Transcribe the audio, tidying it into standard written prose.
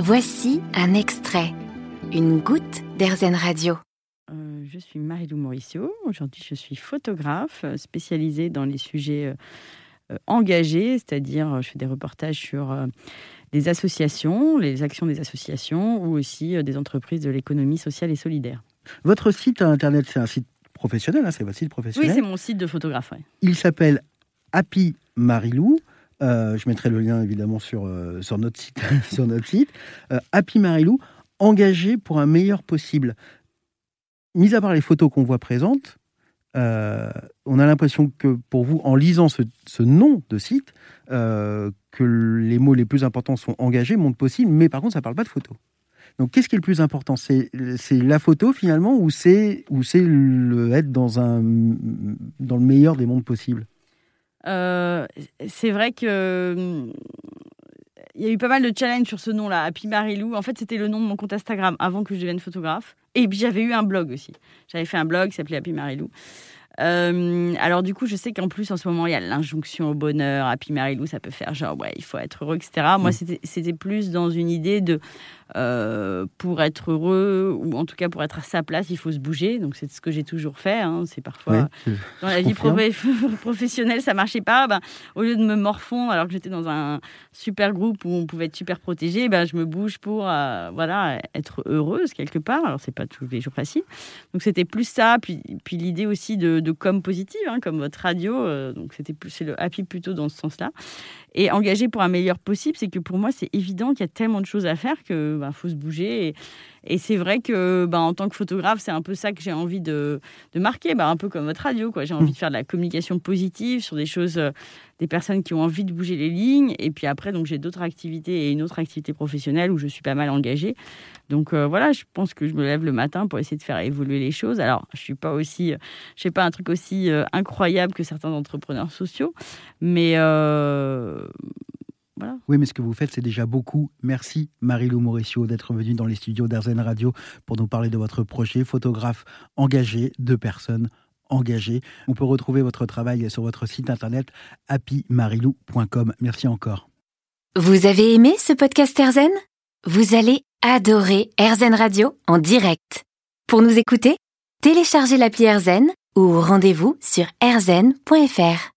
Voici un extrait, une goutte d'Airzen Radio. Je suis Marie-Lou Mauricio. Aujourd'hui, je suis photographe spécialisée dans les sujets engagés, c'est-à-dire je fais des reportages sur des associations, les actions des associations ou aussi des entreprises de l'économie sociale et solidaire. Votre site internet, c'est un site professionnel, c'est votre site professionnel? Oui, c'est mon site de photographe. Ouais. Il s'appelle Happy Marie-Lou. Je mettrai le lien évidemment sur notre site. sur notre site. Happy Marie-Lou, engagé pour un meilleur possible. Mis à part les photos qu'on voit présentes, on a l'impression que pour vous, en lisant ce nom de site, que les mots les plus importants sont engagés, monde possible, mais par contre, ça ne parle pas de photos. Donc, qu'est-ce qui est le plus important? C'est la photo finalement, ou c'est être dans le meilleur des mondes possibles? C'est vrai que il y a eu pas mal de challenges sur ce nom-là, Happy Marie-Lou. En fait, c'était le nom de mon compte Instagram avant que je devienne photographe. Et puis, j'avais eu un blog aussi. J'avais fait un blog qui s'appelait Happy Marie-Lou. Alors du coup, je sais qu'en plus, en ce moment, il y a l'injonction au bonheur. Happy Marie-Lou, ça peut faire genre, ouais, il faut être heureux, etc. Moi, c'était plus dans une idée de pour être heureux, ou en tout cas pour être à sa place, il faut se bouger. Donc c'est ce que j'ai toujours fait. Hein. C'est parfois dans la vie professionnelle, ça marchait pas. Au lieu de me morfondre, alors que j'étais dans un super groupe où on pouvait être super protégé, je me bouge pour être heureuse quelque part. Alors c'est pas tous les jours facile. Donc c'était plus ça. Puis l'idée aussi de com positive, comme votre radio. Donc c'est le happy plutôt dans ce sens-là. Et engagé pour un meilleur possible, c'est que pour moi, c'est évident qu'il y a tellement de choses à faire que faut se bouger. Et c'est vrai que en tant que photographe, c'est un peu ça que j'ai envie de marquer, un peu comme votre radio, quoi. J'ai envie de faire de la communication positive sur des choses, des personnes qui ont envie de bouger les lignes. Et puis après, donc j'ai d'autres activités et une autre activité professionnelle où je suis pas mal engagée. Donc voilà, je pense que je me lève le matin pour essayer de faire évoluer les choses. Alors, je fais pas un truc aussi incroyable que certains entrepreneurs sociaux, mais voilà. Oui, mais ce que vous faites, c'est déjà beaucoup. Merci Marie-Lou Mauricio d'être venue dans les studios d'Airzen Radio pour nous parler de votre projet, photographe engagé, 2 personnes engagées. On peut retrouver votre travail sur votre site internet happymarilou.com. Merci encore. Vous avez aimé ce podcast Airzen? Vous allez adorer Airzen Radio en direct. Pour nous écouter, téléchargez l'appli Airzen ou rendez-vous sur airzen.fr.